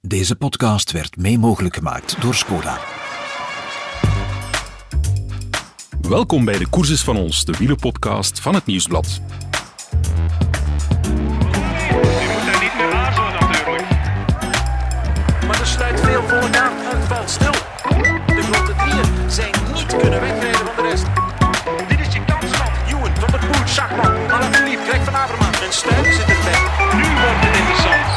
Deze podcast werd mee mogelijk gemaakt door Škoda. Welkom bij de Koers is van ons, de wielerpodcast van het Nieuwsblad. Maar er sluit veel voor aan. Het valt stil. De grote drieën zijn niet kunnen wegrijden van de rest. Dit is je kansman. Ewan, Van der Poel, Schachman, Alaphilippe, Greg van Avermaet. En Stuy zit erbij. Nu wordt het interessant.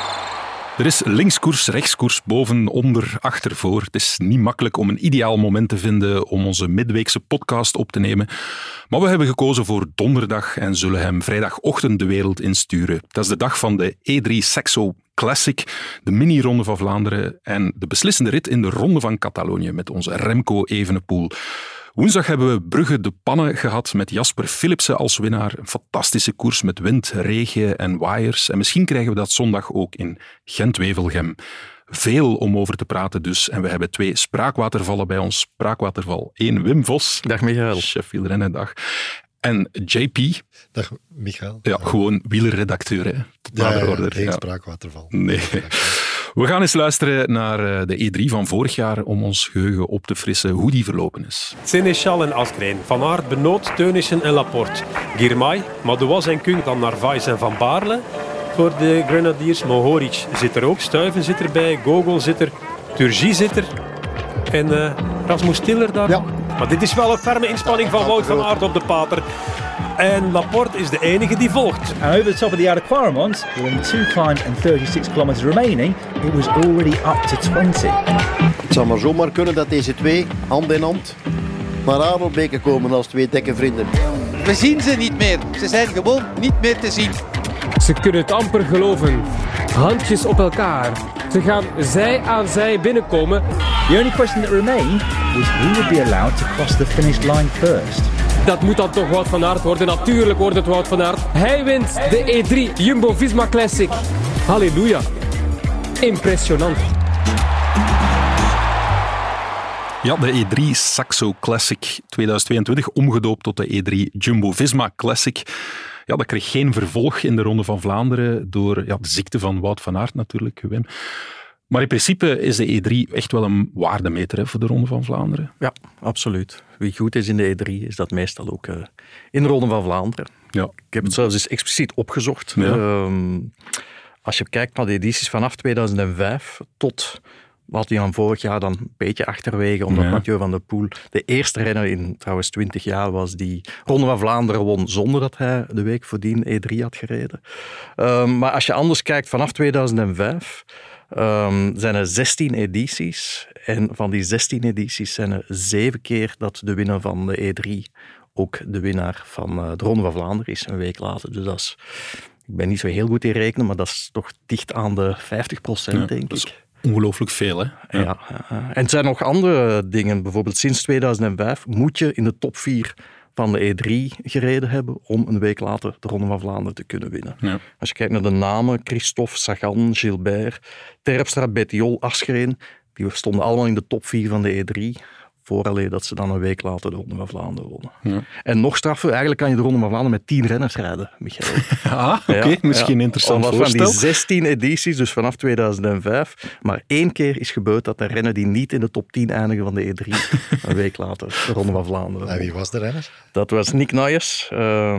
Er is linkskoers, rechtskoers, boven, onder, achter, voor. Het is niet makkelijk om een ideaal moment te vinden om onze midweekse podcast op te nemen. Maar we hebben gekozen voor donderdag en zullen hem vrijdagochtend de wereld insturen. Dat is de dag van de E3 Saxo Classic, de mini-ronde van Vlaanderen en de beslissende rit in de Ronde van Catalonië met onze Remco Evenepoel. Woensdag hebben we Brugge de Pannen gehad met Jasper Philipsen als winnaar. Een fantastische koers met wind, regen en waaiers. En misschien krijgen we dat zondag ook in Gent-Wevelgem. Veel om over te praten dus. En we hebben 2 spraakwatervallen bij ons. Spraakwaterval 1, Wim Vos. Dag Michael. Chef wielrennen, dag. En JP. Dag Michael. Ja, gewoon wielerredacteur. Hè. Tot nader order. Geen spraakwaterval. Nee. We gaan eens luisteren naar de E3 van vorig jaar om ons geheugen op te frissen hoe die verlopen is. Sénéchal en Asgreen, Van Aert, Benoot, Teunissen en Laporte. Girmay, Madouas en Kung, dan Narvaez en Van Baarle. Voor de Grenadiers, Mohoric zit er ook, Stuyven zit erbij, Gogol zit er, Turgis zit er. En Rasmus Tiller daar. Ja. Maar dit is wel een ferme inspanning van Wout van Aert op de pater. En Laporte is de enige die volgt. And over the top of the Outer Quaremont, with 2 climbs and 36 kilometers remaining, it was already up to 20. Het zou maar zomaar kunnen dat deze 2 hand in hand naar Adelbeke komen als 2 dikke vrienden. We zien ze niet meer. Ze zijn gewoon niet meer te zien. Ze kunnen het amper geloven. Handjes op elkaar. Ze gaan zij aan zij binnenkomen. The only question that remained was who would be allowed to cross the finish line first. Dat moet dan toch Wout van Aert worden. Natuurlijk wordt het Wout van Aert. Hij wint de E3 Jumbo-Visma Classic. Halleluja. Impressionant. Ja, de E3 Saxo Classic 2022, omgedoopt tot de E3 Jumbo-Visma Classic. Ja, dat kreeg geen vervolg in de Ronde van Vlaanderen door de ziekte van Wout van Aert natuurlijk, Wim. Maar in principe is de E3 echt wel een waardemeter voor de Ronde van Vlaanderen. Ja, absoluut. Wie goed is in de E3 is dat meestal ook in de Ronde van Vlaanderen. Ja. Ik heb het zelfs eens expliciet opgezocht. Ja. Als je kijkt naar de edities vanaf 2005 tot wat hij aan vorig jaar dan een beetje achterwege, omdat Mathieu van der Poel de eerste renner in trouwens 20 jaar was die Ronde van Vlaanderen won zonder dat hij de week voordien E3 had gereden. Maar als je anders kijkt, vanaf 2005 zijn er 16 edities. En van die 16 edities zijn er 7 keer dat de winnaar van de E3 ook de winnaar van de Ronde van Vlaanderen is, een week later. Dus dat is, ik ben niet zo heel goed in rekenen, maar dat is toch dicht aan de 50%, denk ik. Ongelooflijk veel, hè? Ja. En er zijn nog andere dingen. Bijvoorbeeld sinds 2005 moet je in de top 4 van de E3 gereden hebben om een week later de Ronde van Vlaanderen te kunnen winnen. Ja. Als je kijkt naar de namen, Christophe, Sagan, Gilbert, Terpstra, Bettiol, Asgreen, die stonden allemaal in de top 4 van de E3, vooraleer dat ze dan een week later de Ronde van Vlaanderen wonnen. Ja. En nog straffer, eigenlijk kan je de Ronde van Vlaanderen met 10 renners rijden, Michael. Oké, misschien een interessant omdat voorstel. Van die 16 edities, dus vanaf 2005, maar 1 keer is gebeurd dat de renner die niet in de top 10 eindigen van de E3, een week later de Ronde van Vlaanderen. En wie was de renner? Dat was Nick Nuyes,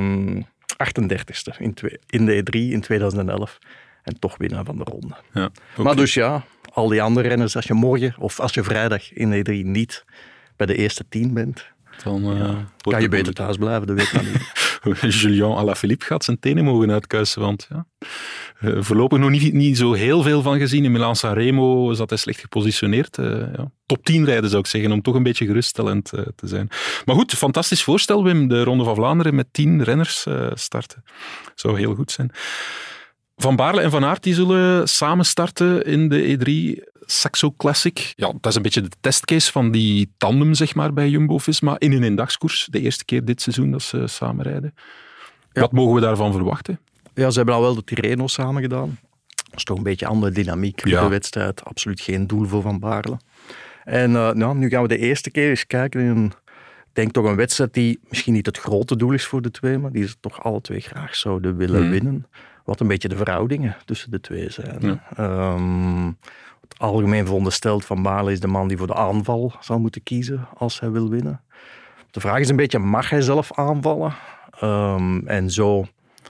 38e in de E3 in 2011 en toch winnaar van de ronde. Ja, okay. Maar dus ja, al die andere renners, als je morgen of als je vrijdag in de E3 niet bij de eerste 10 bent, dan kan je beter thuis blijven, dat weet ik niet. Julian Alaphilippe gaat zijn tenen mogen uitkuisen, want voorlopig nog niet zo heel veel van gezien. In Milaan-San Remo zat hij slecht gepositioneerd. Top 10 rijden zou ik zeggen, om toch een beetje geruststellend te zijn. Maar goed, fantastisch voorstel, Wim. De Ronde van Vlaanderen met 10 renners starten. Zou heel goed zijn. Van Baarle en Van Aert die zullen samen starten in de E3 Saxo Classic. Ja, dat is een beetje de testcase van die tandem, zeg maar, bij Jumbo-Visma in een eendagskoers. De eerste keer dit seizoen dat ze samen rijden. Ja. Wat mogen we daarvan verwachten? Ja, ze hebben al wel de Tirreno samen gedaan. Dat is toch een beetje andere dynamiek in de wedstrijd. Absoluut geen doel voor Van Baarle. En nu gaan we de eerste keer eens kijken in een, denk toch een wedstrijd die misschien niet het grote doel is voor de twee, maar die ze toch alle twee graag zouden willen winnen. Wat een beetje de verhoudingen tussen de twee zijn. Ja. Het algemeen verondersteld Van Baarle is de man die voor de aanval zal moeten kiezen als hij wil winnen. De vraag is een beetje, mag hij zelf aanvallen? En zo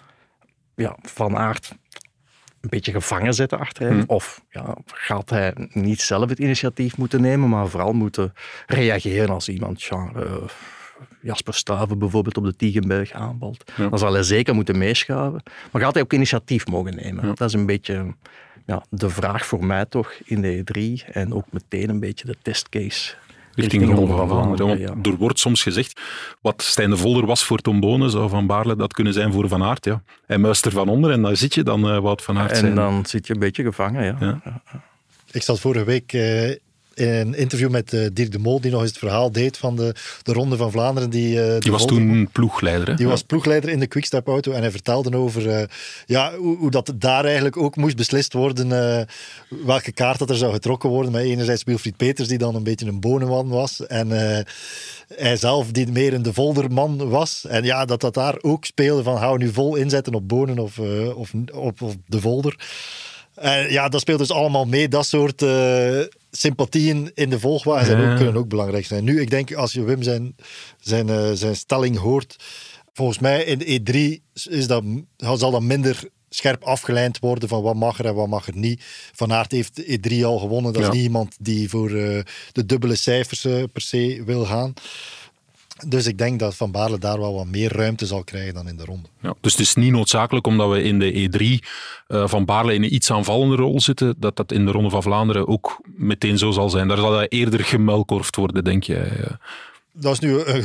Van Aert een beetje gevangen zetten achter hem? Of gaat hij niet zelf het initiatief moeten nemen, maar vooral moeten reageren als iemand, Jasper Stuyven bijvoorbeeld op de Tiegenberg aanvalt. Dan zal hij zeker moeten meeschuiven. Maar gaat hij ook initiatief mogen nemen? Dat is een beetje de vraag voor mij toch in de E3 en ook meteen een beetje de testcase richting de Ronde van Vlaanderen. Er wordt soms gezegd, wat Stijn de Volder was voor Tom Bonen, zou Van Baarle dat kunnen zijn voor Van Aert. Ja. Hij muist er van onder en dan zit je dan Wout van Aert zijn. En dan zit je een beetje gevangen, ja. Ik zat vorige week in een interview met Dirk de Mol, die nog eens het verhaal deed van de Ronde van Vlaanderen. Die was toen ploegleider. Hè? Die was ploegleider in de Quickstep-auto en hij vertelde over hoe dat daar eigenlijk ook moest beslist worden welke kaart dat er zou getrokken worden. Met enerzijds Wilfried Peters, die dan een beetje een bonenman was, en hij zelf, die meer een de Volderman was. En dat daar ook speelde van, gaan we nu vol inzetten op Bonen of op de Volder. Dat speelt dus allemaal mee. Dat soort sympathieën in de volgwagen kunnen ook belangrijk zijn. Nu, ik denk, als je Wim zijn stelling hoort, volgens mij in de E3 zal dat minder scherp afgeleid worden van wat mag er en wat mag er niet. Van Aert heeft de E3 al gewonnen. Dat is niet iemand die voor de dubbele cijfers per se wil gaan. Dus ik denk dat Van Baarle daar wel wat meer ruimte zal krijgen dan in de ronde. Ja, dus het is niet noodzakelijk, omdat we in de E3 Van Baarle in een iets aanvallende rol zitten, dat in de Ronde van Vlaanderen ook meteen zo zal zijn. Daar zal hij eerder gemuilkorfd worden, denk jij? Dat is nu een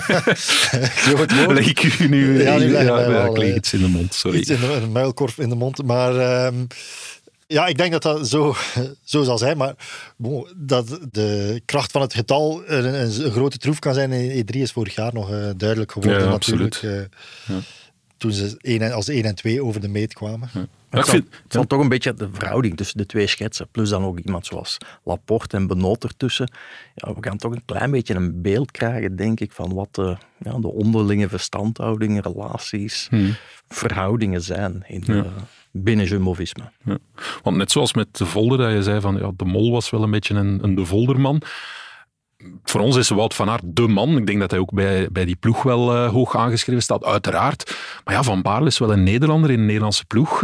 groot woord. Leg ik u nu... ik leg iets in de mond, sorry. Iets in een muilkorf in de mond, maar... ik denk dat zo zal zijn, maar dat de kracht van het getal een grote troef kan zijn in E3 is vorig jaar nog duidelijk geworden. Ja, natuurlijk. Toen ze als 1 en 2 over de meet kwamen. Ja. Het zal toch een beetje de verhouding tussen de twee schetsen, plus dan ook iemand zoals Laporte en Benoot ertussen. Ja, we gaan toch een klein beetje een beeld krijgen, denk ik, van wat de onderlinge verstandhoudingen, relaties, verhoudingen zijn binnen Jumbo-Visma. Ja. Want net zoals met de Volder, dat je zei van de Mol was wel een beetje een de Volderman. Voor ons is Wout van Aert de man. Ik denk dat hij ook bij die ploeg wel hoog aangeschreven staat, uiteraard. Maar Van Baarle is wel een Nederlander in een Nederlandse ploeg.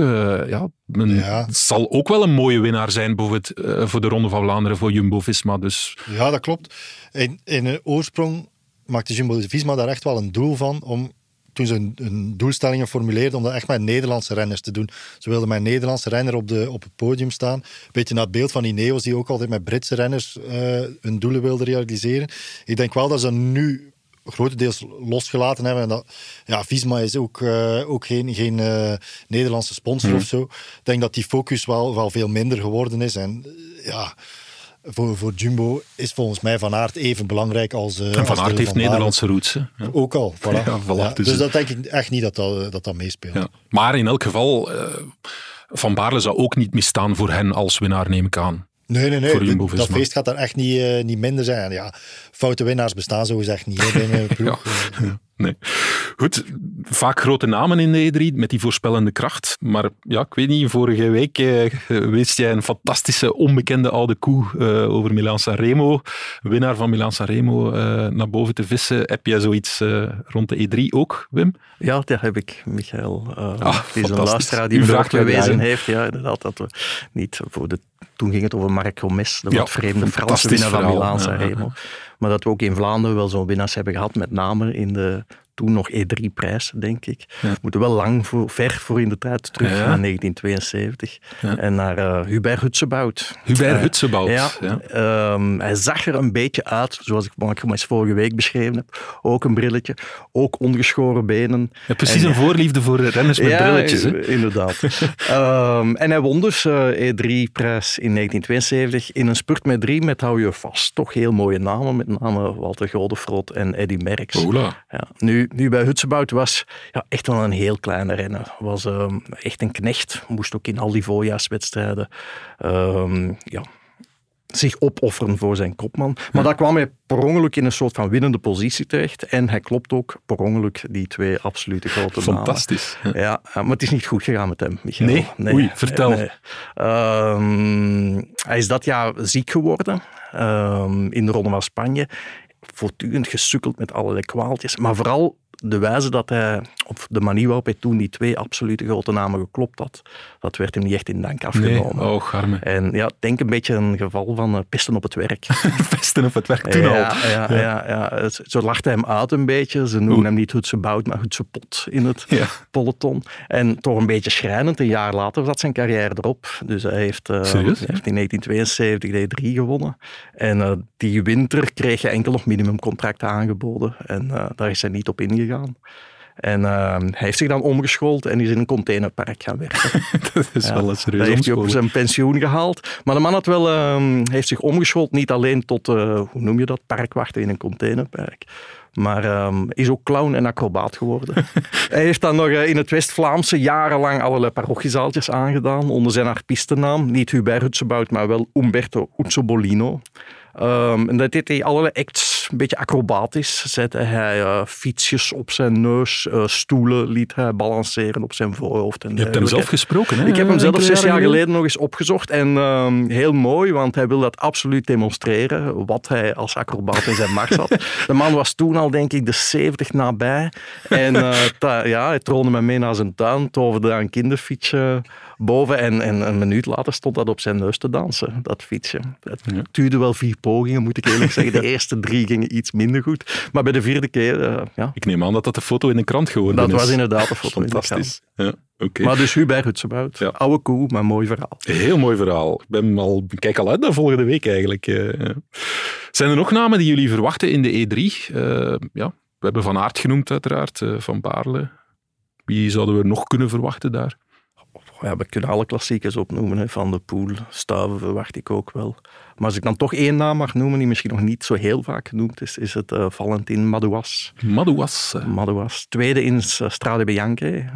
Het zal ook wel een mooie winnaar zijn bijvoorbeeld voor de Ronde van Vlaanderen voor Jumbo-Visma. Dus. Ja, dat klopt. In een oorsprong maakte Jumbo-Visma daar echt wel een doel van om, toen ze hun doelstellingen formuleerden, om dat echt met Nederlandse renners te doen. Ze wilden met een Nederlandse renner op het podium staan. Een beetje naar het beeld van Ineos, die ook altijd met Britse renners hun doelen wilden realiseren. Ik denk wel dat ze nu grotendeels losgelaten hebben. En dat, Visma is ook geen Nederlandse sponsor of zo. Ik denk dat die focus wel veel minder geworden is. En voor Jumbo is volgens mij Van Aert even belangrijk als en Van Aert heeft Nederlandse roots. Hè? Ja. Ook al, voilà. Dus dat denk ik echt niet dat meespeelt. Ja. Maar in elk geval, Van Baarle zou ook niet misstaan voor hen als winnaar, neem ik aan. Nee. Dat feest gaat daar echt niet minder zijn. Ja, foute winnaars bestaan zogezegd niet binnen een ploeg. Nee. Goed, vaak grote namen in de E3 met die voorspellende kracht. Maar ik weet niet, vorige week wist jij een fantastische onbekende oude koe over Milan-San Remo. Winnaar van Milan-San Remo naar boven te vissen. Heb jij zoiets rond de E3 ook, Wim? Ja, dat heb ik, Michael. Die is een luisteraar die me gewezen heeft. Ja, inderdaad, dat we niet voor toen ging het over Marc Gomes, de wat vreemde Franse winnaar van Milan-San Remo. Maar dat we ook in Vlaanderen wel zo'n winnaars hebben gehad, met name in de toen nog E3-prijs, denk ik. We moeten wel ver voor in de tijd terug naar 1972. Ja. En naar Hubert Hutzebout. Hubert Hutzebout. Hij zag er een beetje uit, zoals ik eens vorige week beschreven heb. Ook een brilletje, ook ongeschoren benen. Ja, precies een voorliefde voor renners met brilletjes. Hè? Inderdaad. En hij won dus E3-prijs in 1972 in een spurt met 3 met, hou je vast, toch heel mooie namen, met name Walter Godefroot en Eddy Merckx. Ja, nu bij Hutzebout was echt wel een heel kleine renner. Was echt een knecht. Moest ook in al die voorjaarswedstrijden zich opofferen voor zijn kopman. Maar daar kwam hij per ongeluk in een soort van winnende positie terecht. En hij klopt ook per ongeluk die 2 absolute grote namen. Fantastisch. Ja, maar het is niet goed gegaan met hem, Michael. Nee? Oei, vertel. Nee. Hij is dat jaar ziek geworden in de Ronde van Spanje. Voortdurend gesukkeld met allerlei kwaaltjes. Maar vooral de wijze dat hij, of de manier waarop hij toen die 2 absolute grote namen geklopt had, dat werd hem niet echt in dank afgenomen. Nee, garme. En ja, denk een beetje een geval van pesten op het werk. Pesten op het werk, toen al. Ja. Zo lachte hij hem uit een beetje. Ze noemen hem niet Hutse Bout, maar Hutse Pot in het peloton. En toch een beetje schrijnend, een jaar later zat zijn carrière erop. Dus hij heeft, in 1972 de E3 gewonnen. En die winter kreeg hij enkel nog minimumcontracten aangeboden. En daar is hij niet op ingegaan. En hij heeft zich dan omgeschoold en is in een containerpark gaan werken. Dat is wel een serieus. Daar heeft hij ook zijn pensioen gehaald. Maar de man had wel, heeft zich omgeschoold niet alleen tot, hoe noem je dat, parkwachter in een containerpark. Maar is ook clown en acrobaat geworden. Hij heeft dan nog in het West-Vlaamse jarenlang allerlei parochiezaaltjes aangedaan onder zijn artiestennaam. Niet Hubert Hutsebout, maar wel Umberto Uzzobolino. En dat deed hij allerlei acts, een beetje acrobatisch. Zette hij fietsjes op zijn neus, stoelen liet hij balanceren op zijn voorhoofd. En je hebt hem zelf gesproken, hè? Ik heb hem zelf 6 jaar geleden nog eens opgezocht. En heel mooi, want hij wil dat absoluut demonstreren, wat hij als acrobaat in zijn macht had. De man was toen al, denk ik, de 70 nabij. En hij troonde me mee naar zijn tuin, toverde daar een kinderfietsje boven. En een minuut later stond dat op zijn neus te dansen, dat fietsje. Het duurde wel 4 pogingen, moet ik eerlijk zeggen. De eerste 3 gingen iets minder goed. Maar bij de 4e keer, Ik neem aan dat dat de foto in de krant geworden is. Dat was inderdaad een foto in de krant. Ja, okay. Maar dus Hubert Hutsebout. Ja. Oude koe, maar mooi verhaal. Heel mooi verhaal. Ik kijk al uit naar volgende week eigenlijk. Zijn er nog namen die jullie verwachten in de E3? We hebben Van Aert genoemd uiteraard, Van Baarle. Wie zouden we nog kunnen verwachten daar? Ja, we kunnen alle klassiekers opnoemen. Hè. Van de Poel, Stuiven verwacht ik ook wel. Maar als ik dan toch 1 naam mag noemen, die misschien nog niet zo heel vaak genoemd is het Valentin Madouas. Madouas. Tweede in Strade Bianche.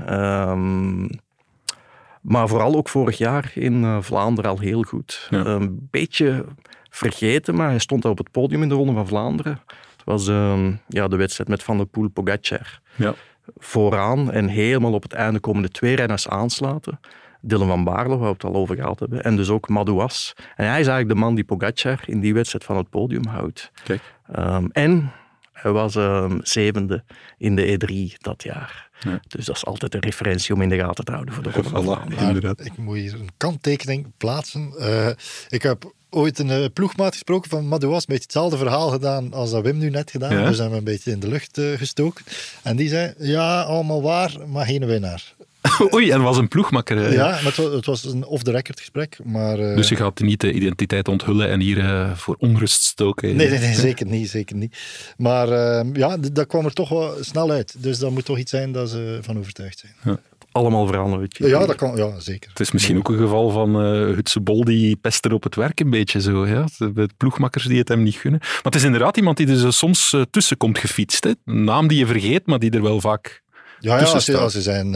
Maar vooral ook vorig jaar in Vlaanderen al heel goed. Ja. Een beetje vergeten, maar hij stond daar op het podium in de Ronde van Vlaanderen. Het was de wedstrijd met Van der Poel, Pogacar. Ja. Vooraan en helemaal op het einde komen de 2 renners aansluiten. Dylan van Baarle, waar we het al over gehad hebben, en dus ook Madouas. En hij is eigenlijk de man die Pogacar in die wedstrijd van het podium houdt. Kijk. En hij was 7e in de E3 dat jaar. Ja. Dus dat is altijd een referentie om in de gaten te houden voor de Ronde van Vlaanderen. Ik moet hier een kanttekening plaatsen. Ik heb ooit een ploegmaat gesproken van Madouas, een beetje hetzelfde verhaal gedaan als dat Wim nu net gedaan. Ja. Dus hebben we een beetje in de lucht gestoken. En die zei, ja, allemaal waar, maar geen winnaar. Oei, en was een ploegmakker. Ja, maar het was een off-the-record gesprek. Maar, dus je gaat niet de identiteit onthullen en hier voor onrust stoken? Nee, zeker niet. Maar dat kwam er toch wel snel uit. Dus dat moet toch iets zijn dat ze van overtuigd zijn. Ja. Allemaal veranderen. Ja, dat kan, ja, zeker. Het is misschien ook een geval van Hutse Bol die pesten op het werk een beetje zo. Ja? De ploegmakkers die het hem niet gunnen. Maar het is inderdaad iemand die er soms tussen komt gefietst. Hè? Een naam die je vergeet, maar die er wel vaak tussen staat. Als je zijn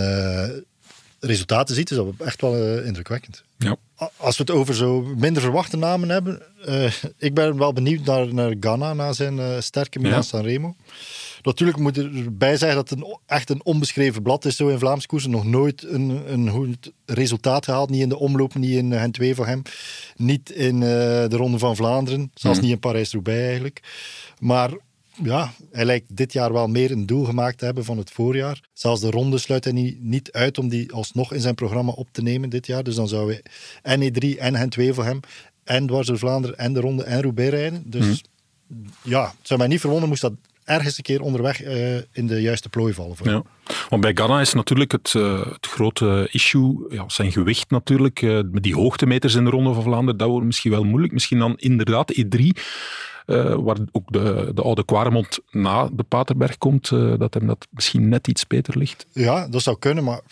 resultaten ziet, is dat echt wel indrukwekkend. Ja. Als we het over zo minder verwachte namen hebben, ik ben wel benieuwd naar Ganna, na zijn sterke Milan-San Remo. Natuurlijk moet er erbij zeggen dat het echt een onbeschreven blad is zo in Vlaamse koersen. Nog nooit een goed resultaat gehaald. Niet in de omloop, niet in Gent 2 voor hem. Niet in de Ronde van Vlaanderen. Zelfs niet in Parijs-Roubaix eigenlijk. Maar ja, hij lijkt dit jaar wel meer een doel gemaakt te hebben van het voorjaar. Zelfs de ronde sluit hij niet uit om die alsnog in zijn programma op te nemen dit jaar. Dus dan zouden we en E3 en Gent 2 voor hem, en dwars door Vlaanderen en de ronde en Roubaix rijden. Dus ja, het zou mij niet verwonderen moest dat ergens een keer onderweg in de juiste plooi vallen. Voor hem. Want bij Ganna is natuurlijk het grote issue, zijn gewicht natuurlijk, met die hoogtemeters in de Ronde van Vlaanderen, dat wordt misschien wel moeilijk. Misschien dan inderdaad E3, waar ook de oude Quaremont na de Paterberg komt, dat hem dat misschien net iets beter ligt. Ja, dat zou kunnen, maar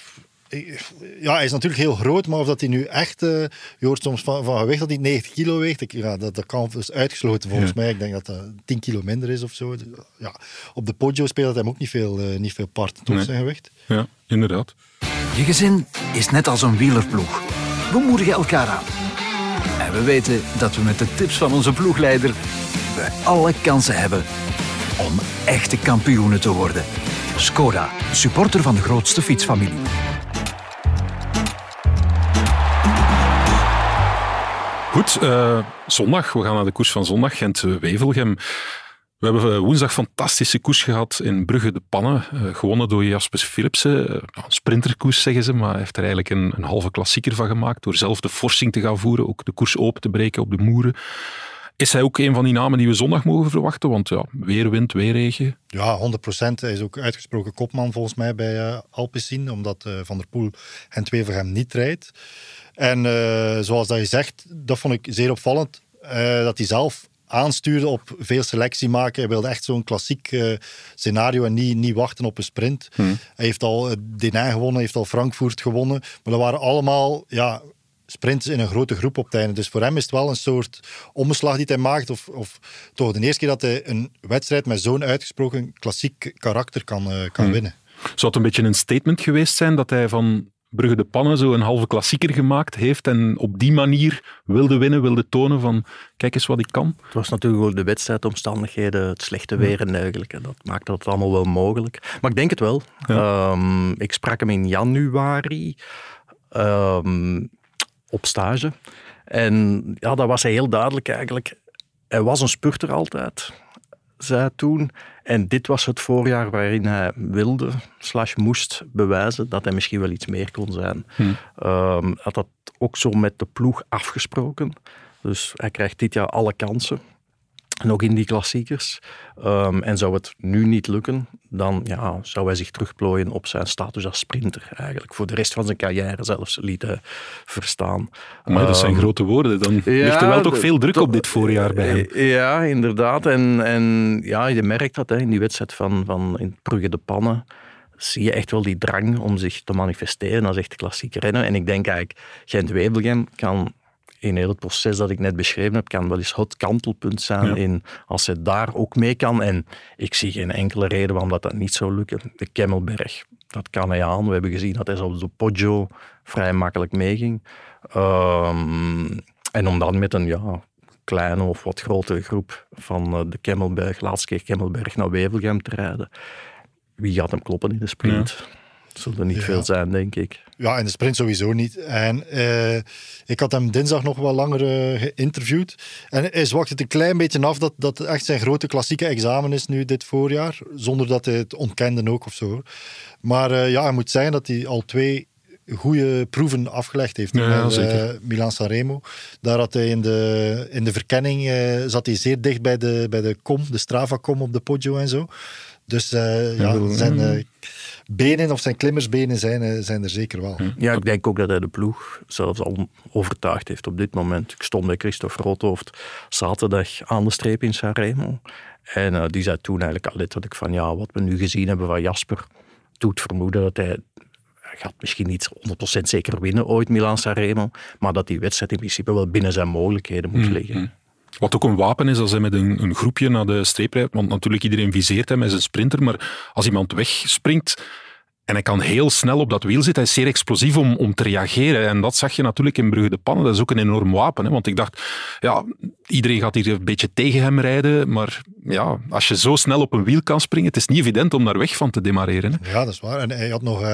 ja, hij is natuurlijk heel groot, maar of dat hij nu echt, je hoort soms van gewicht dat hij 90 kilo weegt, dat kan dus uitgesloten volgens mij. Ik denk dat dat 10 kilo minder is of zo. Ja, op de Poggio speelt hem ook niet veel part, toch, zijn gewicht. Ja, inderdaad. Je gezin is net als een wielerploeg. We moedigen elkaar aan. En we weten dat we met de tips van onze ploegleider we alle kansen hebben om echte kampioenen te worden. Škoda, supporter van de grootste fietsfamilie. Goed, zondag. We gaan naar de koers van zondag, Gent-Wevelgem. We hebben woensdag fantastische koers gehad in Brugge de Panne, gewonnen door Jasper Philipsen. Een sprinterkoers zeggen ze, maar hij heeft er eigenlijk een halve klassieker van gemaakt door zelf de forcing te gaan voeren, ook de koers open te breken op de moeren. Is hij ook een van die namen die we zondag mogen verwachten? Want ja, weer wind, weer regen. Ja, 100%. Hij is ook uitgesproken kopman volgens mij bij Alpecin, omdat Van der Poel Gent-Wevelgem niet rijdt. En zoals dat je zegt, dat vond ik zeer opvallend, dat hij zelf aanstuurde op veel selectie maken. Hij wilde echt zo'n klassiek scenario en niet wachten op een sprint. Hij heeft al Denain gewonnen, heeft al Frankfurt gewonnen, maar dat waren allemaal sprints in een grote groep op het einde. Dus voor hem is het wel een soort omslag die hij maakt, of toch de eerste keer dat hij een wedstrijd met zo'n uitgesproken klassiek karakter kan winnen. Zou het een beetje een statement geweest zijn dat hij van Brugge de Panne zo een halve klassieker gemaakt heeft en op die manier wilde winnen, wilde tonen van kijk eens wat ik kan? Het was natuurlijk ook de wedstrijdomstandigheden, het slechte weer en dergelijke. Dat maakte het allemaal wel mogelijk. Maar ik denk het wel. Ja. Ik sprak hem in januari op stage. En ja, dat was hij heel duidelijk eigenlijk. Hij was een spurter altijd, zei hij toen. En dit was het voorjaar waarin hij wilde, moest bewijzen dat hij misschien wel iets meer kon zijn. Had dat ook zo met de ploeg afgesproken. Dus hij krijgt dit jaar alle kansen. Nog in die klassiekers. En zou het nu niet lukken, dan zou hij zich terugplooien op zijn status als sprinter. Eigenlijk voor de rest van zijn carrière zelfs liet hij verstaan. Maar dat zijn grote woorden. Dan ligt er wel toch veel druk op dit voorjaar bij hem. Ja, inderdaad. En je merkt dat in die wedstrijd van in Brugge de Panne. Zie je echt wel die drang om zich te manifesteren als echt klassiek rennen. En ik denk eigenlijk, Gent-Wevelgem kan in heel het proces dat ik net beschreven heb, kan wel eens het kantelpunt zijn in als hij daar ook mee kan. En ik zie geen enkele reden waarom dat niet zou lukken. De Kemmelberg, dat kan hij aan. We hebben gezien dat hij op de Poggio vrij makkelijk meeging. En om dan met een kleine of wat grotere groep van de Kemmelberg, laatste keer Kemmelberg naar Wevelgem te rijden. Wie gaat hem kloppen in de sprint? Ja. Het zullen er niet veel zijn, denk ik. Ja, in de sprint sowieso niet. En ik had hem dinsdag nog wel langer geïnterviewd. En hij zwakt het een klein beetje af dat het echt zijn grote klassieke examen is nu dit voorjaar. Zonder dat hij het ontkende ook of zo. Maar hij moet zeggen dat hij al 2 goede proeven afgelegd heeft. Milaan-Sanremo. Daar had hij in de verkenning zat hij zeer dicht bij de kom, de Strava-kom op de Poggio en zo. Dus zijn benen of zijn klimmersbenen zijn er zeker wel. Ja, ik denk ook dat hij de ploeg zelfs al overtuigd heeft op dit moment. Ik stond bij Christophe Roodhoofd zaterdag aan de streep in Sanremo. En die zei toen eigenlijk al letterlijk van wat we nu gezien hebben van Jasper doet vermoeden dat hij gaat misschien niet 100% zeker winnen ooit Milaan-Sanremo, maar dat die wedstrijd in principe wel binnen zijn mogelijkheden moet liggen. Wat ook een wapen is als hij met een groepje naar de streep rijdt, want natuurlijk iedereen viseert hem, hij is een sprinter, maar als iemand wegspringt en hij kan heel snel op dat wiel zitten, hij is zeer explosief om te reageren. En dat zag je natuurlijk in Brugge de Panne, dat is ook een enorm wapen. Hè? Want ik dacht, iedereen gaat hier een beetje tegen hem rijden, maar als je zo snel op een wiel kan springen, het is niet evident om daar weg van te demareren. Hè? Ja, dat is waar. En hij had nog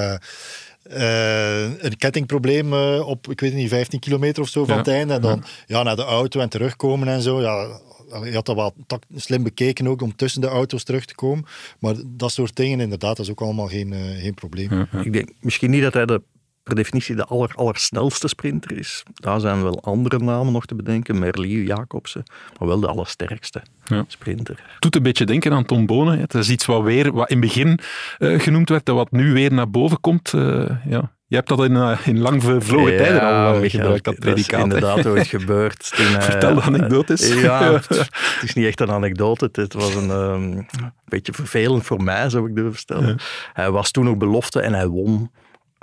een kettingprobleem op, ik weet niet, 15 kilometer of zo van het einde. En dan naar de auto en terugkomen en zo. Ja, je had dat wel slim bekeken ook om tussen de auto's terug te komen. Maar dat soort dingen, inderdaad, dat is ook allemaal geen probleem. Ik denk misschien niet dat hij per definitie de allersnelste sprinter is. Daar zijn wel andere namen nog te bedenken. Merlier, Jacobsen. Maar wel de allersterkste sprinter. Het doet een beetje denken aan Tom Bonen. Het is iets wat in het begin genoemd werd en wat nu weer naar boven komt. Je hebt dat in lang vervlogen tijden al gebruikt, dat predicaat. Dat is inderdaad ooit gebeurd. Vertel de anekdotes. Het is niet echt een anekdote. Het was een beetje vervelend voor mij, zou ik durven stellen. Hij was toen ook belofte en hij won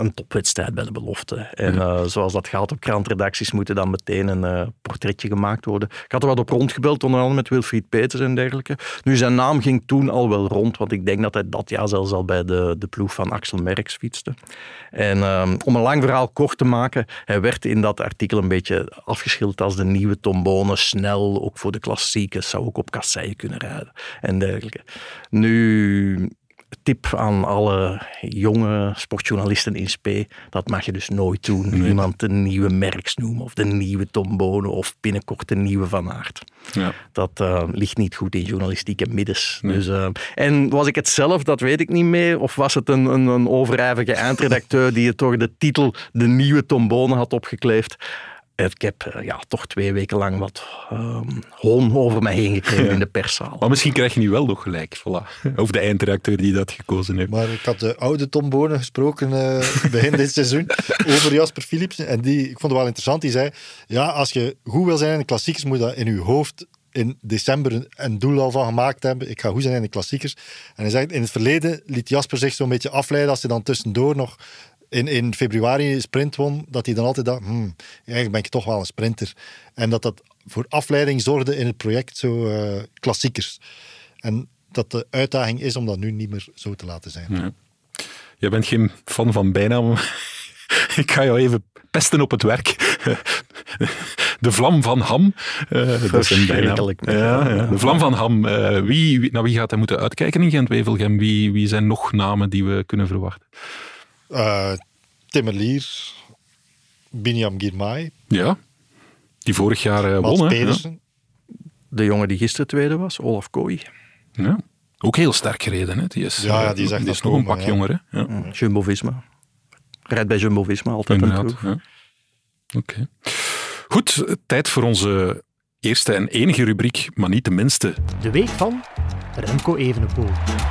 een topwedstrijd bij de belofte. En zoals dat gaat op krantredacties moeten dan meteen een portretje gemaakt worden. Ik had er wat op rondgebeld, onder andere met Wilfried Peters en dergelijke. Nu, zijn naam ging toen al wel rond, want ik denk dat hij dat jaar zelfs al bij de ploeg van Axel Merckx fietste. En om een lang verhaal kort te maken, hij werd in dat artikel een beetje afgeschilderd als de nieuwe Tom Bonen, snel, ook voor de klassiekers, zou ook op kasseien kunnen rijden en dergelijke. Nu, tip aan alle jonge sportjournalisten in spe, dat mag je dus nooit doen. Nee. Iemand de nieuwe Merckx noemen of de nieuwe Tom Bonen of binnenkort de nieuwe Van Aert. Ja. Dat ligt niet goed in journalistieke middens. Nee. Dus, en was ik het zelf, dat weet ik niet meer, of was het een overijvige eindredacteur die het door de titel de nieuwe Tom Bonen had opgekleefd? Ik heb toch 2 weken lang wat hoon over mij heen gekregen in de perszaal. Maar misschien krijg je nu wel nog gelijk. Voilà. Of de eindredacteur die dat gekozen heeft. Maar ik had de oude Tom Bonen gesproken begin dit seizoen over Jasper Philipsen. En ik vond het wel interessant. Die zei, ja, als je goed wil zijn in de klassiekers, moet je dat in je hoofd in december een doel al van gemaakt hebben. Ik ga goed zijn in de klassiekers. En hij zegt, in het verleden liet Jasper zich zo'n beetje afleiden als hij dan tussendoor nog in februari sprint won, dat hij dan altijd dacht, eigenlijk ben ik toch wel een sprinter. En dat voor afleiding zorgde in het project, zo klassiekers. En dat de uitdaging is om dat nu niet meer zo te laten zijn. Ja. Jij bent geen fan van bijnamen. Ik ga jou even pesten op het werk. De Vlam van Ham. Dat is een bijnaam. Ja. De Vlam van Ham. Wie gaat hij moeten uitkijken in Gent-Wevelgem? Wie zijn nog namen die we kunnen verwachten? Tim Merlier, Biniam Girmay. Ja, die vorig jaar won. Pedersen. De jongen die gisteren tweede was, Olaf Kooi. Ja, ook heel sterk gereden. Hè. Die is nog een pak jonger. Hè. Ja. Jumbo-Visma. Rijdt bij Jumbo-Visma altijd een ploeg. Ja. Oké. Goed, tijd voor onze eerste en enige rubriek, maar niet de minste. De week van Remco Evenepoel.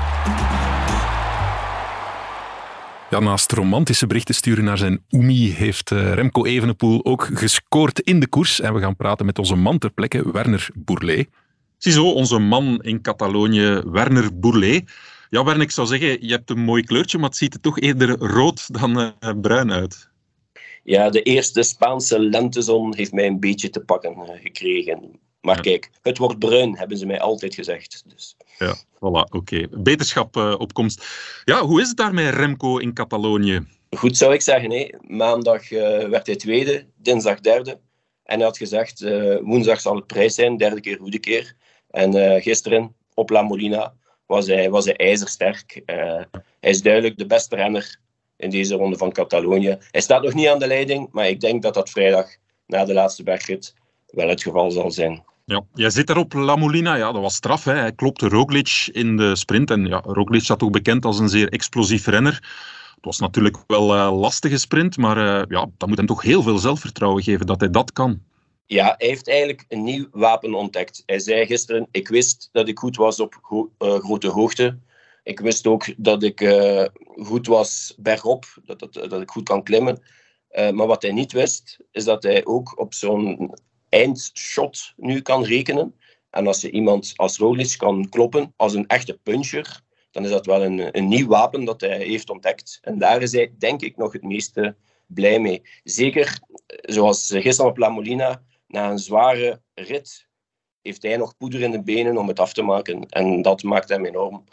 Ja, naast romantische berichten sturen naar zijn oemie heeft Remco Evenepoel ook gescoord in de koers. En we gaan praten met onze man ter plekke, Werner Bourlet. Ziezo, onze man in Catalonië, Werner Bourlet. Ja, Werner, ik zou zeggen, je hebt een mooi kleurtje, maar het ziet er toch eerder rood dan bruin uit. Ja, de eerste Spaanse lentezon heeft mij een beetje te pakken gekregen. Maar kijk, het wordt bruin, hebben ze mij altijd gezegd. Dus. Ja, voilà, oké. Beterschap op komst. Ja, hoe is het daar met Remco in Catalonië? Goed, zou ik zeggen. Hè. Maandag werd hij tweede, dinsdag derde. En hij had gezegd, woensdag zal het prijs zijn, 3e keer, goede keer. En gisteren, op La Molina, was hij ijzersterk. Hij is duidelijk de beste renner in deze ronde van Catalonië. Hij staat nog niet aan de leiding, maar ik denk dat vrijdag, na de laatste bergrit, wel het geval zal zijn. Ja, jij zit daar op La Molina, ja, dat was straf. Hè. Hij klopte Roglic in de sprint. En ja, Roglic staat toch bekend als een zeer explosief renner. Het was natuurlijk wel een lastige sprint, maar dat moet hem toch heel veel zelfvertrouwen geven dat hij dat kan. Ja, hij heeft eigenlijk een nieuw wapen ontdekt. Hij zei gisteren, ik wist dat ik goed was op grote hoogte. Ik wist ook dat ik goed was bergop, dat ik goed kan klimmen. Maar wat hij niet wist, is dat hij ook op zo'n eindshot nu kan rekenen. En als je iemand als Roglic kan kloppen als een echte puncher, dan is dat wel een nieuw wapen dat hij heeft ontdekt. En daar is hij, denk ik, nog het meeste blij mee. Zeker, zoals gisteren op La Molina, na een zware rit, heeft hij nog poeder in de benen om het af te maken. En dat maakt hem enorm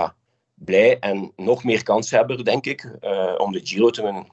blij en nog meer kanshebber, denk ik, om de Giro te winnen.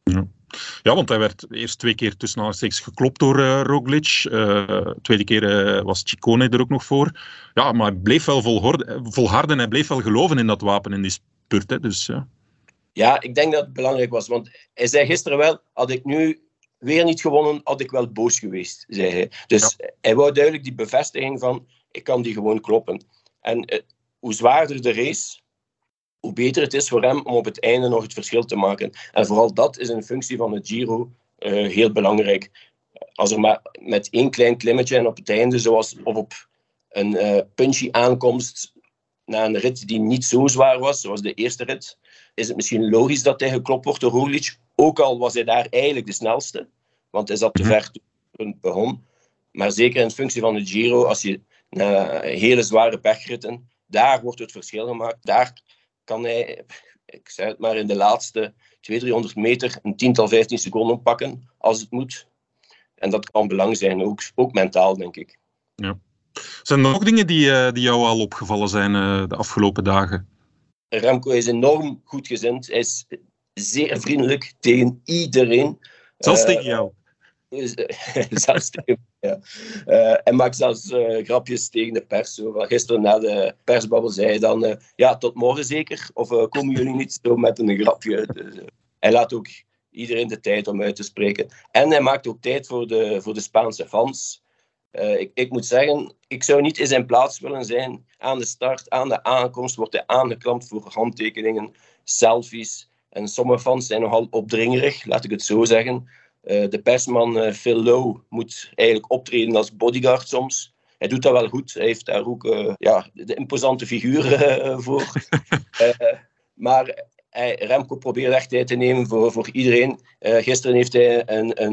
Ja, want hij werd eerst 2 keer tussen aanstekens geklopt door Roglic. Tweede keer was Ciccone er ook nog voor. Ja, maar hij bleef wel volharden en hij bleef wel geloven in dat wapen in die spurt. Hè, dus, ja. Ja, ik denk dat het belangrijk was. Want hij zei gisteren wel, had ik nu weer niet gewonnen, had ik wel boos geweest, zei hij. Dus hij wou duidelijk die bevestiging van, ik kan die gewoon kloppen. En hoe zwaarder de race, hoe beter het is voor hem om op het einde nog het verschil te maken. En vooral dat is in functie van het Giro heel belangrijk. Als er maar met 1 klein klimmetje en op het einde, zoals of op een punchy aankomst na een rit die niet zo zwaar was, zoals de eerste rit, is het misschien logisch dat hij geklopt wordt door Roglic. Ook al was hij daar eigenlijk de snelste, want hij zat te ver toen het begon. Maar zeker in functie van de Giro, als je na hele zware bergritten, daar wordt het verschil gemaakt. Daar kan hij ik zei het maar, in de laatste 200-300 meter een 10, 15 seconden pakken, als het moet. En dat kan belang zijn, ook mentaal, denk ik. Ja. Zijn er nog dingen die jou al opgevallen zijn de afgelopen dagen? Remco is enorm goedgezind. Hij is zeer vriendelijk tegen iedereen. Zelfs tegen jou? Zelfs tegen mij, ja. Hij maakt zelfs grapjes tegen de pers. Zo. Gisteren na de persbabbel zei hij dan... tot morgen zeker? Of komen jullie niet zo met een grapje? Dus, hij laat ook iedereen de tijd om uit te spreken. En hij maakt ook tijd voor de Spaanse fans. Ik moet zeggen, ik zou niet in zijn plaats willen zijn. Aan de start, aan de aankomst wordt hij aangeklampt voor handtekeningen, selfies. En sommige fans zijn nogal opdringerig, laat ik het zo zeggen. De persman Phil Lowe moet eigenlijk optreden als bodyguard soms. Hij doet dat wel goed. Hij heeft daar ook de imposante figuur voor. Maar Remco probeert echt tijd te nemen voor iedereen. Gisteren heeft hij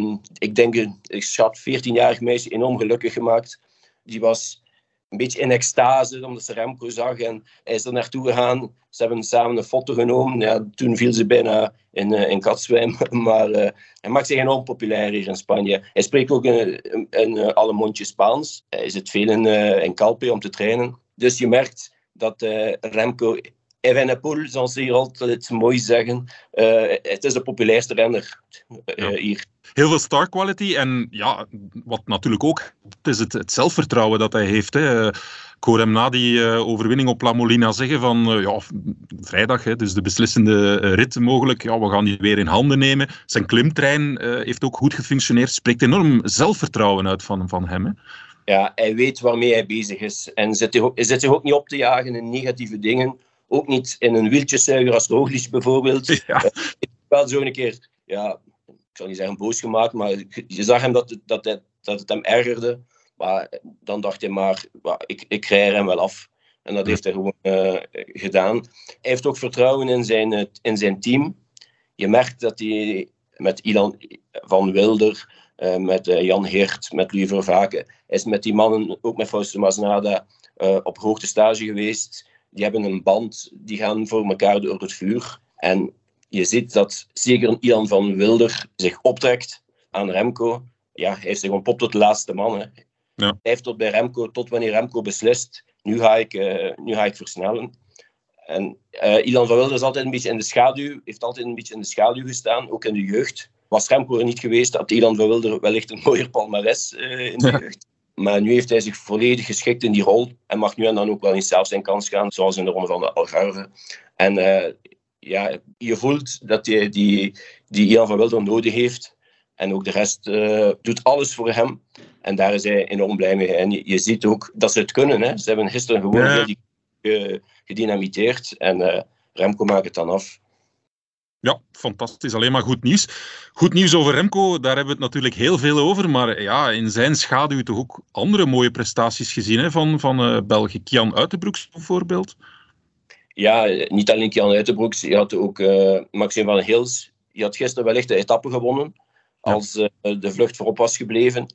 ik schat 14-jarig meisje enorm gelukkig gemaakt. Die was een beetje in extase omdat ze Remco zag. En hij is er naartoe gegaan. Ze hebben samen een foto genomen. Ja, toen viel ze bijna in katzwijm. Maar hij maakt zich enorm populair hier in Spanje. Hij spreekt ook in alle mondjes Spaans. Hij zit veel in Calpe om te trainen. Dus je merkt dat Remco... Evenepoel, zoals ze hier altijd mooi zeggen. Het is de populairste renner hier. Heel veel star quality en ja, wat natuurlijk ook, het is het zelfvertrouwen dat hij heeft. Hè. Ik hoor hem na die overwinning op La Molina zeggen van vrijdag, hè, dus de beslissende rit mogelijk. Ja, we gaan die weer in handen nemen. Zijn klimtrein heeft ook goed gefunctioneerd. Spreekt enorm zelfvertrouwen uit van hem. Hè. Ja, hij weet waarmee hij bezig is. En zit zich ook niet op te jagen in negatieve dingen. Ook niet in een wieltjeszuiger als Roglic bijvoorbeeld. Ja. Ik wel zo een keer, ik zal niet zeggen boos gemaakt, maar je zag hem dat het hem ergerde. Maar dan dacht hij ik rij hem wel af. En dat heeft hij gewoon gedaan. Hij heeft ook vertrouwen in zijn team. Je merkt dat hij met Ilan van Wilder, met Jan Hirt, met Louis Vervaken, is met die mannen, ook met Fausto Masnada, op hoogte stage geweest. Die hebben een band, die gaan voor elkaar door het vuur. En je ziet dat zeker Ilan van Wilder zich optrekt aan Remco. Ja, hij heeft zich ontpopt tot de laatste man. Hè. Ja. Hij heeft tot bij Remco, tot wanneer Remco beslist, nu ga ik versnellen. En Ilan van Wilder is altijd een beetje in de schaduw, heeft altijd een beetje in de schaduw gestaan, ook in de jeugd. Was Remco er niet geweest, had Ilan van Wilder wellicht een mooier palmares in de jeugd. Maar nu heeft hij zich volledig geschikt in die rol en mag nu en dan ook wel eens zelf zijn kans gaan, zoals in de Ronde van de Algarve. En je voelt dat hij die Ilan van Wilder nodig heeft. En ook de rest doet alles voor hem. En daar is hij enorm blij mee. En je ziet ook dat ze het kunnen. Hè. Ze hebben gisteren gewoon gedynamiteerd. En Remco maakt het dan af. Ja, fantastisch. Alleen maar goed nieuws. Goed nieuws over Remco, daar hebben we het natuurlijk heel veel over. Maar ja, in zijn schaduw toch ook andere mooie prestaties gezien hè, van België. Kian Uijtenbroeks bijvoorbeeld. Ja, niet alleen Kian Uijtenbroeks. Je had ook Maxime van Hils. Die had gisteren wellicht de etappe gewonnen. Als de vlucht voorop was gebleven.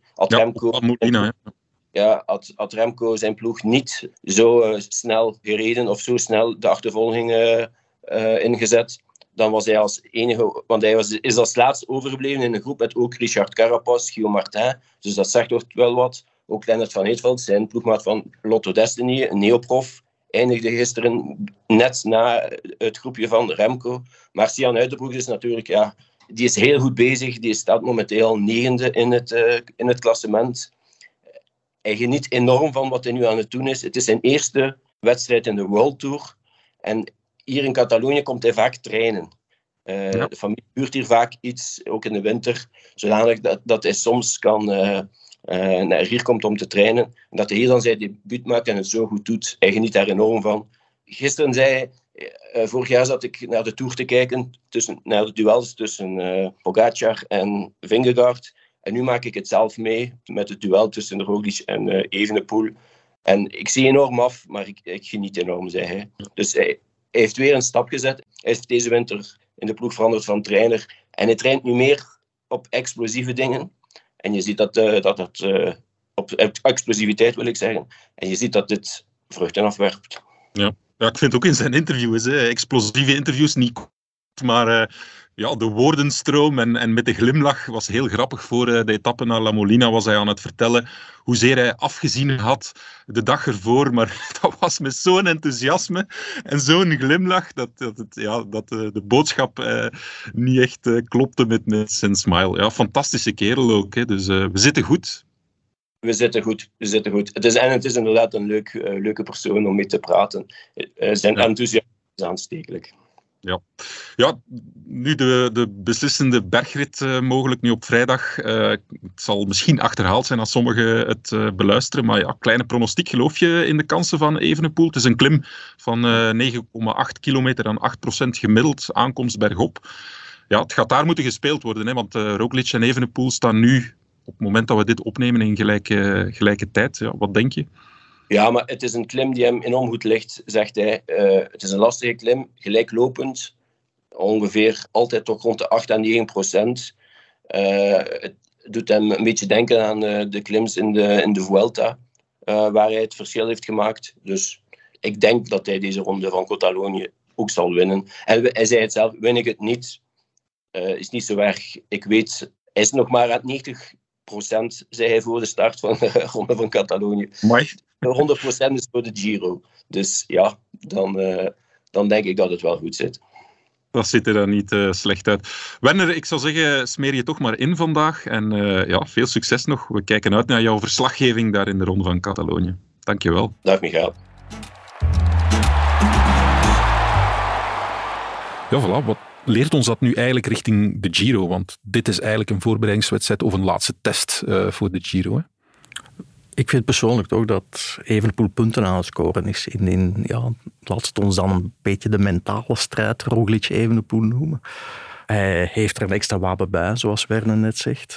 Had Remco zijn ploeg niet zo snel gereden of zo snel de achtervolging ingezet. Dan was hij als enige, want hij is als laatste overgebleven in een groep met ook Richard Carapaz, Guillaume Martin. Dus dat zegt toch wel wat. Ook Lennart van Heetveld, zijn ploegmaat van Lotto Destiny, een neoprof, eindigde gisteren net na het groepje van Remco. Maar Sian Uijtenbroeks is natuurlijk, die is heel goed bezig. Die staat momenteel 9e in het klassement. Hij geniet enorm van wat hij nu aan het doen is. Het is zijn eerste wedstrijd in de World Tour. En hier in Catalonië komt hij vaak trainen. De familie huurt hier vaak iets, ook in de winter, zodanig dat hij soms naar hier komt om te trainen. En dat hij hier dan zijn debuut maakt en het zo goed doet. Hij geniet daar enorm van. Gisteren zei hij, vorig jaar zat ik naar de Tour te kijken, naar de duels tussen Pogacar en Vingegaard. En nu maak ik het zelf mee met het duel tussen Roglic en Evenepoel. En ik zie enorm af, maar ik geniet enorm, zei hij. Dus hij heeft weer een stap gezet. Hij is deze winter in de ploeg veranderd van trainer. En hij traint nu meer op explosieve dingen. En je ziet op explosiviteit wil ik zeggen. En je ziet dat dit vruchten afwerpt. Ja. Ja, ik vind ook in zijn interviews, explosieve interviews, niet kort, maar de woordenstroom en met de glimlach was heel grappig. Voor de etappe naar La Molina was hij aan het vertellen hoezeer hij afgezien had de dag ervoor, maar dat was met zo'n enthousiasme en zo'n glimlach dat de boodschap niet echt klopte met zijn smile. Ja, fantastische kerel ook, hè. Dus we zitten goed. We zitten goed. Het is inderdaad een leuke persoon om mee te praten. Zijn enthousiasme is aanstekelijk. Ja, nu de beslissende bergrit mogelijk, nu op vrijdag. Het zal misschien achterhaald zijn als sommigen het beluisteren, maar ja, kleine pronostiek. Geloof je in de kansen van Evenepoel? Het is een klim van 9,8 kilometer aan 8% gemiddeld, aankomst bergop. Ja, het gaat daar moeten gespeeld worden, hè, want Roglic en Evenepoel staan nu, op het moment dat we dit opnemen, in gelijke tijd. Ja, wat denk je? Ja, maar het is een klim die hem enorm goed ligt, zegt hij. Het is een lastige klim, gelijklopend. Ongeveer altijd toch rond de 8 à 9%. Het doet hem een beetje denken aan de klims in de Vuelta, waar hij het verschil heeft gemaakt. Dus ik denk dat hij deze ronde van Catalonië ook zal winnen. En hij zei het zelf, win ik het niet, is niet zo erg. Ik weet, hij is nog maar aan 90%, zei hij voor de start van de ronde van Catalonië. 100% is voor de Giro. Dus ja, dan denk ik dat het wel goed zit. Dat ziet er dan niet slecht uit. Werner, ik zou zeggen, smeer je toch maar in vandaag. En veel succes nog. We kijken uit naar jouw verslaggeving daar in de Ronde van Catalonië. Dank je wel. Dag Michael. Ja, voilà. Wat leert ons dat nu eigenlijk richting de Giro? Want dit is eigenlijk een voorbereidingswedstrijd of een laatste test voor de Giro, hè? Ik vind persoonlijk toch dat Evenepoel punten aan het scoren is. Laat het ons dan een beetje de mentale strijd Roglic-Evenepoel noemen. Hij heeft er een extra wapen bij, zoals Werner net zegt.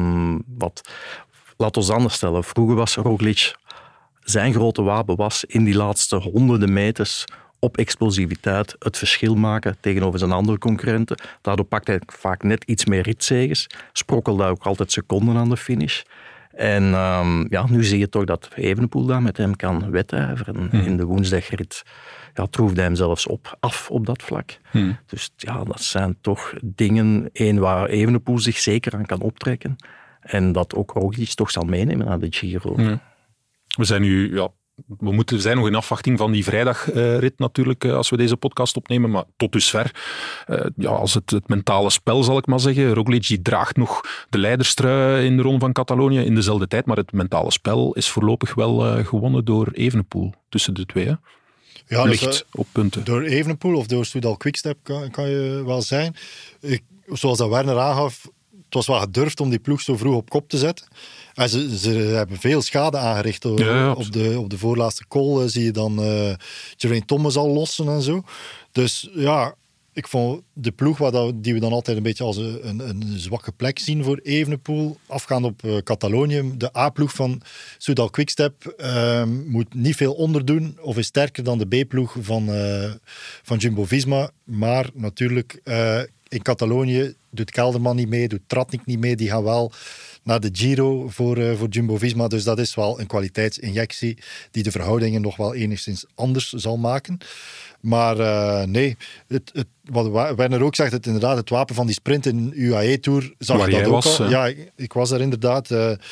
Laat ons anders stellen. Vroeger was Roglic, zijn grote wapen was in die laatste honderden meters op explosiviteit het verschil maken tegenover zijn andere concurrenten. Daardoor pakt hij vaak net iets meer ritzeges. Sprokkelde ook altijd seconden aan de finish. En nu zie je toch dat Evenepoel daar met hem kan wedijveren. In de woensdagrit troefde hij hem zelfs af op dat vlak. Dus ja, dat zijn toch dingen, waar Evenepoel zich zeker aan kan optrekken. En dat ook Roglic toch zal meenemen naar de Giro. We zijn nu... We zijn nog in afwachting van die vrijdagrit natuurlijk, als we deze podcast opnemen. Maar tot dusver, als het mentale spel, zal ik maar zeggen. Roglic die draagt nog de leiderstrui in de Ronde van Catalonië in dezelfde tijd. Maar het mentale spel is voorlopig wel gewonnen door Evenepoel tussen de twee. Hè? Ja, licht op punten. Door Evenepoel of door Soudal Quickstep kan je wel zijn. Zoals dat Werner aangaf, het was wel gedurfd om die ploeg zo vroeg op kop te zetten. En ze hebben veel schade aangericht. Op de voorlaatste call zie je dan Geraint Thomas al lossen en zo. Dus ja, ik vond de ploeg die we dan altijd een beetje als een zwakke plek zien voor Evenepoel, afgaand op Catalonië. De A-ploeg van Soudal Quickstep moet niet veel onderdoen of is sterker dan de B-ploeg van Jumbo-Visma. Maar natuurlijk, in Catalonië doet Kelderman niet mee, doet Tratnik niet mee. Die gaan wel naar de Giro voor Jumbo-Visma. Dus dat is wel een kwaliteitsinjectie die de verhoudingen nog wel enigszins anders zal maken. Maar nee, wat Werner ook zegt, inderdaad het wapen van die sprint in UAE-tour zag ik dat ook al. Ja, ik was daar inderdaad.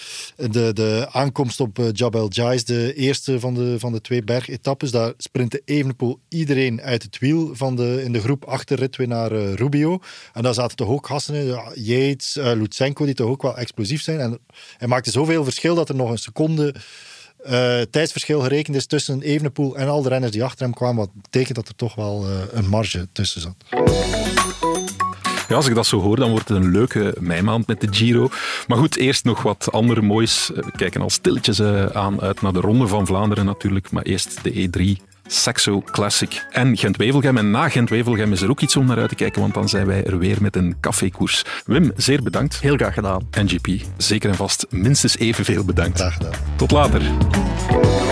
De aankomst op Jabal Jais, de eerste van de twee bergetappes, daar sprintte Evenepoel iedereen uit het wiel in de groep achter ritwinnaar Rubio. En daar zaten toch ook gasten in, Yates, Lutsenko, die toch ook wel explosief zijn. En hij maakte zoveel verschil dat er nog een seconde tijdsverschil gerekend is tussen Evenepoel en al de renners die achter hem kwamen, wat betekent dat er toch wel een marge tussen zat. Ja, als ik dat zo hoor, dan wordt het een leuke meimaand met de Giro. Maar goed, eerst nog wat andere moois. We kijken al stilletjes uit naar de Ronde van Vlaanderen natuurlijk, maar eerst de E3 Saxo Classic en Gent-Wevelgem. En na Gent-Wevelgem is er ook iets om naar uit te kijken, want dan zijn wij er weer met een cafékoers. Wim, zeer bedankt. Heel graag gedaan. En GP, zeker en vast minstens evenveel bedankt. Graag gedaan. Tot later.